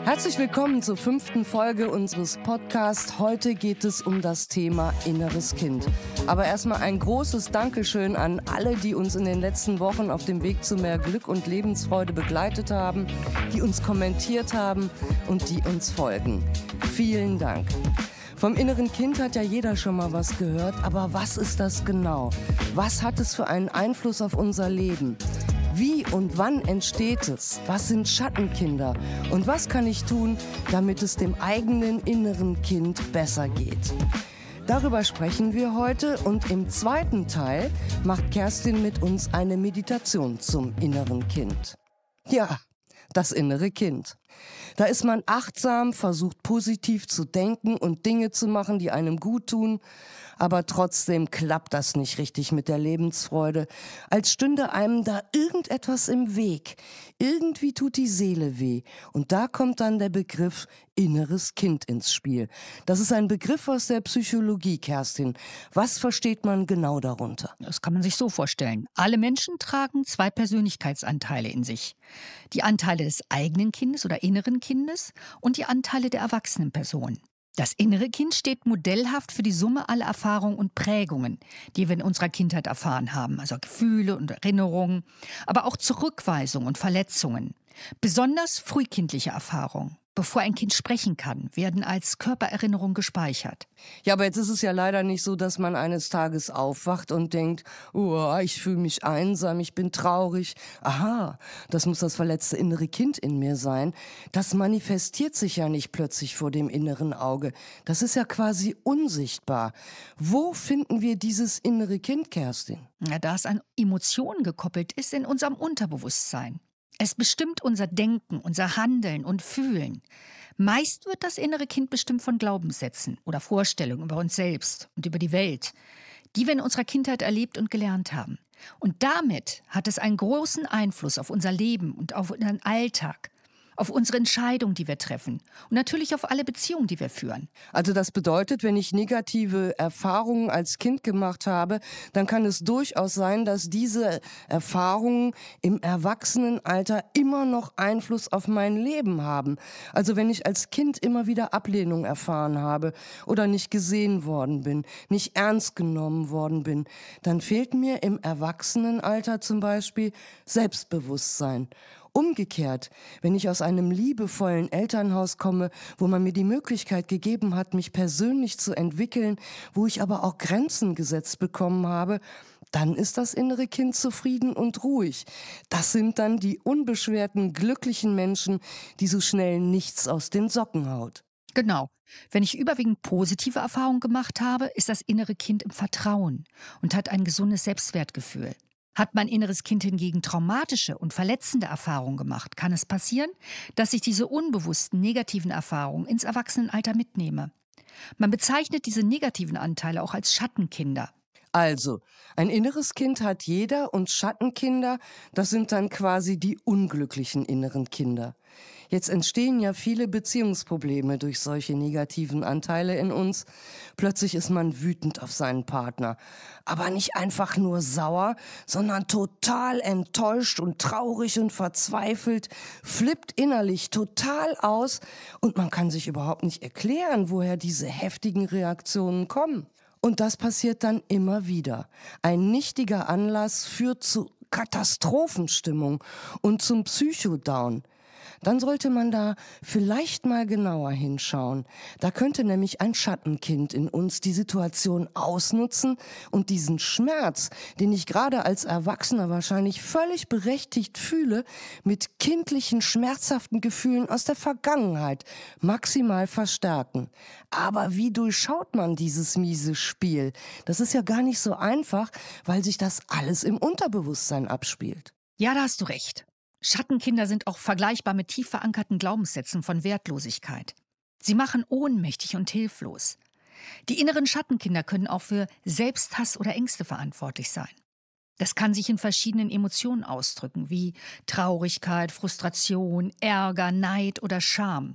Herzlich willkommen zur 5. Folge unseres Podcasts. Heute geht es um das Thema inneres Kind. Aber erstmal ein großes Dankeschön an alle, die uns in den letzten Wochen auf dem Weg zu mehr Glück und Lebensfreude begleitet haben, die uns kommentiert haben und die uns folgen. Vielen Dank. Vom inneren Kind hat ja jeder schon mal was gehört, aber was ist das genau? Was hat es für einen Einfluss auf unser Leben? Wie und wann entsteht es? Was sind Schattenkinder? Und was kann ich tun, damit es dem eigenen inneren Kind besser geht? Darüber sprechen wir heute und im zweiten Teil macht Kerstin mit uns eine Meditation zum inneren Kind. Ja, das innere Kind. Da ist man achtsam, versucht positiv zu denken und Dinge zu machen, die einem gut tun, aber trotzdem klappt das nicht richtig mit der Lebensfreude, als stünde einem da irgendetwas im Weg. Irgendwie tut die Seele weh und da kommt dann der Begriff inneres Kind ins Spiel. Das ist ein Begriff aus der Psychologie, Kerstin. Was versteht man genau darunter? Das kann man sich so vorstellen. Alle Menschen tragen 2 Persönlichkeitsanteile in sich. Die Anteile des eigenen Kindes oder inneren Kindes und die Anteile der erwachsenen Person. Das innere Kind steht modellhaft für die Summe aller Erfahrungen und Prägungen, die wir in unserer Kindheit erfahren haben, also Gefühle und Erinnerungen, aber auch Zurückweisungen und Verletzungen. Besonders frühkindliche Erfahrungen, bevor ein Kind sprechen kann, werden als Körpererinnerung gespeichert. Ja, aber jetzt ist es ja leider nicht so, dass man eines Tages aufwacht und denkt, oh, ich fühle mich einsam, ich bin traurig. Aha, das muss das verletzte innere Kind in mir sein. Das manifestiert sich ja nicht plötzlich vor dem inneren Auge. Das ist ja quasi unsichtbar. Wo finden wir dieses innere Kind, Kerstin? Ja, da es an Emotionen gekoppelt ist in unserem Unterbewusstsein. Es bestimmt unser Denken, unser Handeln und Fühlen. Meist wird das innere Kind bestimmt von Glaubenssätzen oder Vorstellungen über uns selbst und über die Welt, die wir in unserer Kindheit erlebt und gelernt haben. Und damit hat es einen großen Einfluss auf unser Leben und auf unseren Alltag, auf unsere Entscheidungen, die wir treffen und natürlich auf alle Beziehungen, die wir führen. Also das bedeutet, wenn ich negative Erfahrungen als Kind gemacht habe, dann kann es durchaus sein, dass diese Erfahrungen im Erwachsenenalter immer noch Einfluss auf mein Leben haben. Also wenn ich als Kind immer wieder Ablehnung erfahren habe oder nicht gesehen worden bin, nicht ernst genommen worden bin, dann fehlt mir im Erwachsenenalter zum Beispiel Selbstbewusstsein. Umgekehrt, wenn ich aus einem liebevollen Elternhaus komme, wo man mir die Möglichkeit gegeben hat, mich persönlich zu entwickeln, wo ich aber auch Grenzen gesetzt bekommen habe, dann ist das innere Kind zufrieden und ruhig. Das sind dann die unbeschwerten, glücklichen Menschen, die so schnell nichts aus den Socken haut. Genau. Wenn ich überwiegend positive Erfahrungen gemacht habe, ist das innere Kind im Vertrauen und hat ein gesundes Selbstwertgefühl. Hat mein inneres Kind hingegen traumatische und verletzende Erfahrungen gemacht, kann es passieren, dass ich diese unbewussten negativen Erfahrungen ins Erwachsenenalter mitnehme. Man bezeichnet diese negativen Anteile auch als Schattenkinder. Also, ein inneres Kind hat jeder und Schattenkinder, das sind dann quasi die unglücklichen inneren Kinder. Jetzt entstehen ja viele Beziehungsprobleme durch solche negativen Anteile in uns. Plötzlich ist man wütend auf seinen Partner. Aber nicht einfach nur sauer, sondern total enttäuscht und traurig und verzweifelt, flippt innerlich total aus und man kann sich überhaupt nicht erklären, woher diese heftigen Reaktionen kommen. Und das passiert dann immer wieder. Ein nichtiger Anlass führt zu Katastrophenstimmung und zum Psychodown. Dann sollte man da vielleicht mal genauer hinschauen. Da könnte nämlich ein Schattenkind in uns die Situation ausnutzen und diesen Schmerz, den ich gerade als Erwachsener wahrscheinlich völlig berechtigt fühle, mit kindlichen, schmerzhaften Gefühlen aus der Vergangenheit maximal verstärken. Aber wie durchschaut man dieses miese Spiel? Das ist ja gar nicht so einfach, weil sich das alles im Unterbewusstsein abspielt. Ja, da hast du recht. Schattenkinder sind auch vergleichbar mit tief verankerten Glaubenssätzen von Wertlosigkeit. Sie machen ohnmächtig und hilflos. Die inneren Schattenkinder können auch für Selbsthass oder Ängste verantwortlich sein. Das kann sich in verschiedenen Emotionen ausdrücken, wie Traurigkeit, Frustration, Ärger, Neid oder Scham.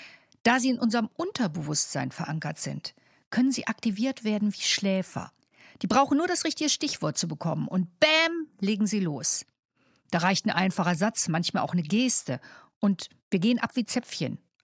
Da sie in unserem Unterbewusstsein verankert sind, können sie aktiviert werden wie Schläfer. Die brauchen nur das richtige Stichwort zu bekommen und bäm, legen sie los. Da reicht ein einfacher Satz, manchmal auch eine Geste und wir gehen ab wie Zäpfchen.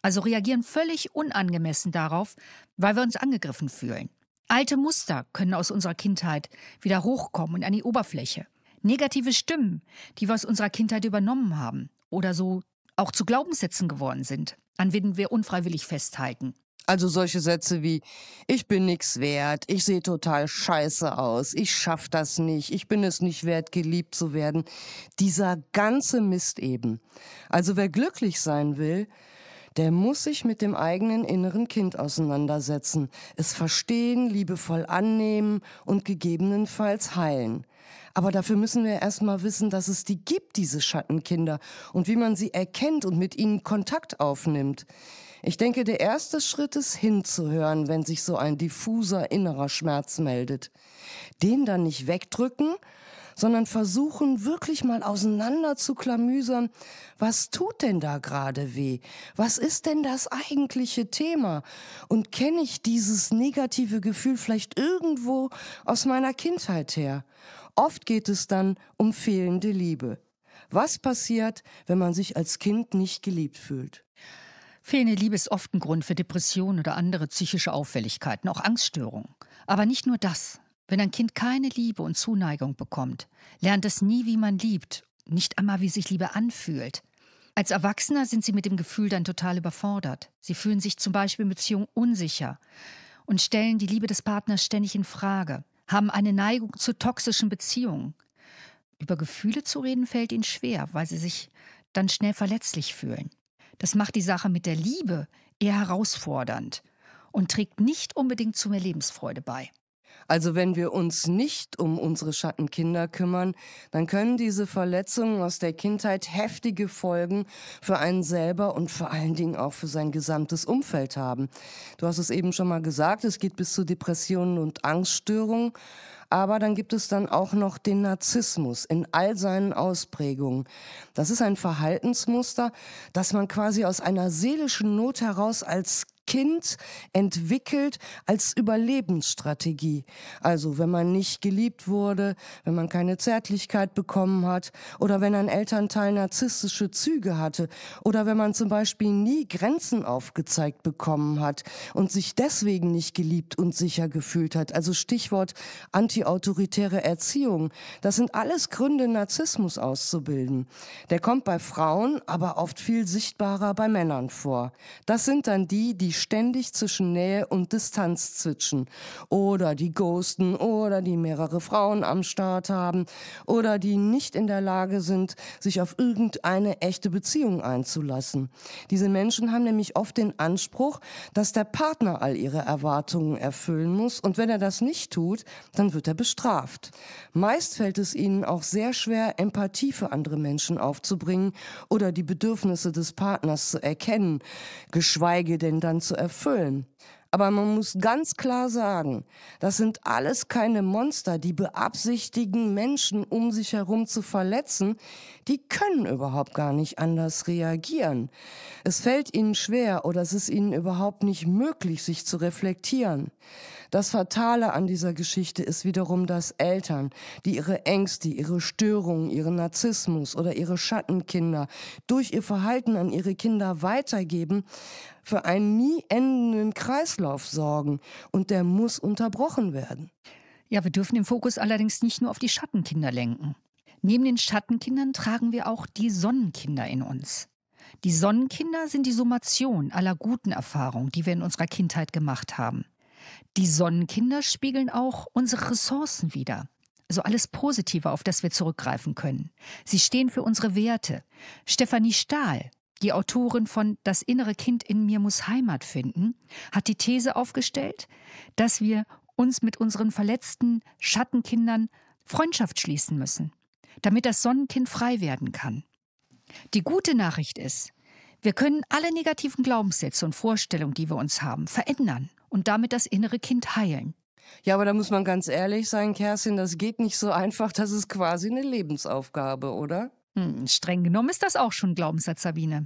also reagieren völlig unangemessen darauf, weil wir uns angegriffen fühlen. Alte Muster können aus unserer Kindheit wieder hochkommen und an die Oberfläche. Negative Stimmen, die wir aus unserer Kindheit übernommen haben oder so auch zu Glaubenssätzen geworden sind, an denen wir unfreiwillig festhalten. Also solche Sätze wie, ich bin nix wert, ich sehe total scheiße aus, ich schaff das nicht, ich bin es nicht wert, geliebt zu werden. Dieser ganze Mist eben. Also wer glücklich sein will, der muss sich mit dem eigenen inneren Kind auseinandersetzen, es verstehen, liebevoll annehmen und gegebenenfalls heilen. Aber dafür müssen wir erstmal wissen, dass es die gibt, diese Schattenkinder, und wie man sie erkennt und mit ihnen Kontakt aufnimmt. Ich denke, der erste Schritt ist hinzuhören, wenn sich so ein diffuser innerer Schmerz meldet. Den dann nicht wegdrücken, sondern versuchen wirklich mal auseinander zu klamüsern, was tut denn da gerade weh? Was ist denn das eigentliche Thema? Und kenne ich dieses negative Gefühl vielleicht irgendwo aus meiner Kindheit her? Oft geht es dann um fehlende Liebe. Was passiert, wenn man sich als Kind nicht geliebt fühlt? Fehlende Liebe ist oft ein Grund für Depressionen oder andere psychische Auffälligkeiten, auch Angststörungen. Aber nicht nur das. Wenn ein Kind keine Liebe und Zuneigung bekommt, lernt es nie, wie man liebt, nicht einmal, wie sich Liebe anfühlt. Als Erwachsener sind sie mit dem Gefühl dann total überfordert. Sie fühlen sich zum Beispiel in Beziehungen unsicher und stellen die Liebe des Partners ständig in Frage, haben eine Neigung zu toxischen Beziehungen. Über Gefühle zu reden fällt ihnen schwer, weil sie sich dann schnell verletzlich fühlen. Das macht die Sache mit der Liebe eher herausfordernd und trägt nicht unbedingt zu mehr Lebensfreude bei. Also wenn wir uns nicht um unsere Schattenkinder kümmern, dann können diese Verletzungen aus der Kindheit heftige Folgen für einen selber und vor allen Dingen auch für sein gesamtes Umfeld haben. Du hast es eben schon mal gesagt, es geht bis zu Depressionen und Angststörungen. Aber dann gibt es dann auch noch den Narzissmus in all seinen Ausprägungen. Das ist ein Verhaltensmuster, das man quasi aus einer seelischen Not heraus als Kind entwickelt als Überlebensstrategie. Also wenn man nicht geliebt wurde, wenn man keine Zärtlichkeit bekommen hat oder wenn ein Elternteil narzisstische Züge hatte oder wenn man zum Beispiel nie Grenzen aufgezeigt bekommen hat und sich deswegen nicht geliebt und sicher gefühlt hat. Also Stichwort antiautoritäre Erziehung. Das sind alles Gründe, Narzissmus auszubilden. Der kommt bei Frauen, aber oft viel sichtbarer bei Männern vor. Das sind dann die ständig zwischen Nähe und Distanz zwitschen oder die ghosten oder die mehrere Frauen am Start haben oder die nicht in der Lage sind, sich auf irgendeine echte Beziehung einzulassen. Diese Menschen haben nämlich oft den Anspruch, dass der Partner all ihre Erwartungen erfüllen muss, und wenn er das nicht tut, dann wird er bestraft. Meist fällt es ihnen auch sehr schwer, Empathie für andere Menschen aufzubringen oder die Bedürfnisse des Partners zu erkennen, geschweige denn dann zu erfüllen. Aber man muss ganz klar sagen, das sind alles keine Monster, die beabsichtigen, Menschen um sich herum zu verletzen. Die können überhaupt gar nicht anders reagieren. Es fällt ihnen schwer oder es ist ihnen überhaupt nicht möglich, sich zu reflektieren. Das Fatale an dieser Geschichte ist wiederum, dass Eltern, die ihre Ängste, ihre Störungen, ihren Narzissmus oder ihre Schattenkinder durch ihr Verhalten an ihre Kinder weitergeben, für einen nie endenden Kreislauf sorgen, und der muss unterbrochen werden. Ja, wir dürfen den Fokus allerdings nicht nur auf die Schattenkinder lenken. Neben den Schattenkindern tragen wir auch die Sonnenkinder in uns. Die Sonnenkinder sind die Summation aller guten Erfahrungen, die wir in unserer Kindheit gemacht haben. Die Sonnenkinder spiegeln auch unsere Ressourcen wider. Also alles Positive, auf das wir zurückgreifen können. Sie stehen für unsere Werte. Stefanie Stahl, die Autorin von Das innere Kind in mir muss Heimat finden, hat die These aufgestellt, dass wir uns mit unseren verletzten Schattenkindern Freundschaft schließen müssen, damit das Sonnenkind frei werden kann. Die gute Nachricht ist, wir können alle negativen Glaubenssätze und Vorstellungen, die wir uns haben, verändern und damit das innere Kind heilen. Ja, aber da muss man ganz ehrlich sein, Kerstin, das geht nicht so einfach, das ist quasi eine Lebensaufgabe, oder? Streng genommen ist das auch schon ein Glaubenssatz, Sabine.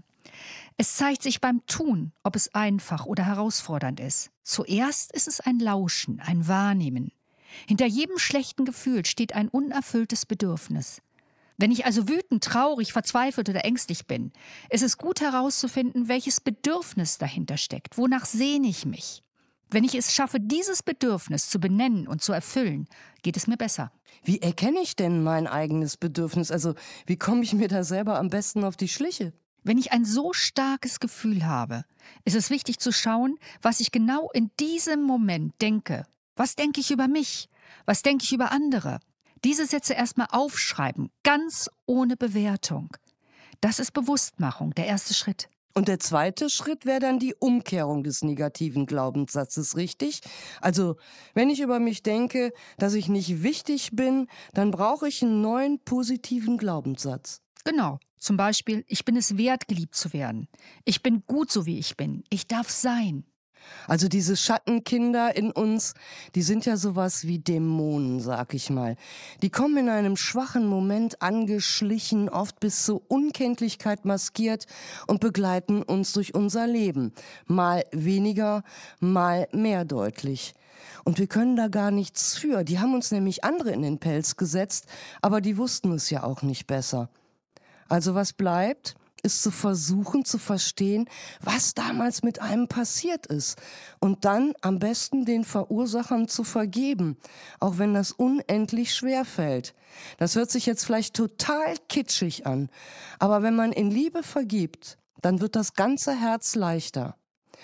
Es zeigt sich beim Tun, ob es einfach oder herausfordernd ist. Zuerst ist es ein Lauschen, ein Wahrnehmen. Hinter jedem schlechten Gefühl steht ein unerfülltes Bedürfnis. Wenn ich also wütend, traurig, verzweifelt oder ängstlich bin, ist es gut herauszufinden, welches Bedürfnis dahinter steckt. Wonach sehne ich mich? Wenn ich es schaffe, dieses Bedürfnis zu benennen und zu erfüllen, geht es mir besser. Wie erkenne ich denn mein eigenes Bedürfnis? Also wie komme ich mir da selber am besten auf die Schliche? Wenn ich ein so starkes Gefühl habe, ist es wichtig zu schauen, was ich genau in diesem Moment denke. Was denke ich über mich? Was denke ich über andere? Diese Sätze erstmal aufschreiben, ganz ohne Bewertung. Das ist Bewusstmachung, der erste Schritt. Und der zweite Schritt wäre dann die Umkehrung des negativen Glaubenssatzes, richtig? Also, wenn ich über mich denke, dass ich nicht wichtig bin, dann brauche ich einen neuen positiven Glaubenssatz. Genau. Zum Beispiel, ich bin es wert, geliebt zu werden. Ich bin gut, so wie ich bin. Ich darf sein. Also diese Schattenkinder in uns, die sind ja sowas wie Dämonen, sag ich mal. Die kommen in einem schwachen Moment angeschlichen, oft bis zur Unkenntlichkeit maskiert und begleiten uns durch unser Leben. Mal weniger, mal mehr deutlich. Und wir können da gar nichts für. Die haben uns nämlich andere in den Pelz gesetzt, aber die wussten es ja auch nicht besser. Also was bleibt, ist zu versuchen zu verstehen, was damals mit einem passiert ist und dann am besten den Verursachern zu vergeben, auch wenn das unendlich schwer fällt. Das hört sich jetzt vielleicht total kitschig an, aber wenn man in Liebe vergibt, dann wird das ganze Herz leichter.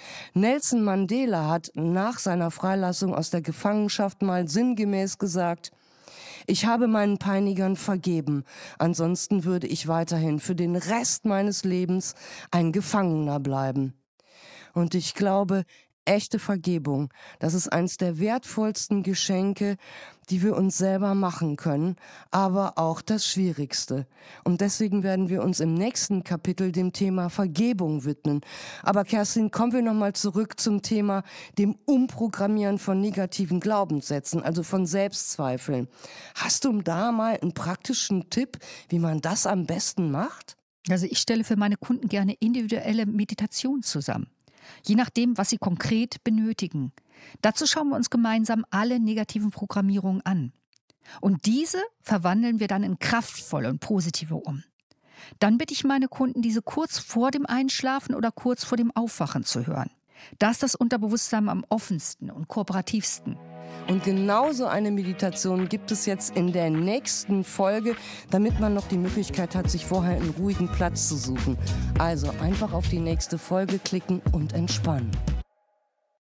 Nelson Mandela hat nach seiner Freilassung aus der Gefangenschaft mal sinngemäß gesagt: Ich habe meinen Peinigern vergeben, ansonsten würde ich weiterhin für den Rest meines Lebens ein Gefangener bleiben. Und ich glaube, echte Vergebung, das ist eines der wertvollsten Geschenke, die wir uns selber machen können, aber auch das Schwierigste. Und deswegen werden wir uns im nächsten Kapitel dem Thema Vergebung widmen. Aber Kerstin, kommen wir nochmal zurück zum Thema dem Umprogrammieren von negativen Glaubenssätzen, also von Selbstzweifeln. Hast du da mal einen praktischen Tipp, wie man das am besten macht? Also ich stelle für meine Kunden gerne individuelle Meditationen zusammen. Je nachdem, was sie konkret benötigen. Dazu schauen wir uns gemeinsam alle negativen Programmierungen an. Und diese verwandeln wir dann in kraftvolle und positive um. Dann bitte ich meine Kunden, diese kurz vor dem Einschlafen oder kurz vor dem Aufwachen zu hören. Da ist das Unterbewusstsein am offensten und kooperativsten. Und genauso eine Meditation gibt es jetzt in der nächsten Folge, damit man noch die Möglichkeit hat, sich vorher einen ruhigen Platz zu suchen. Also einfach auf die nächste Folge klicken und entspannen.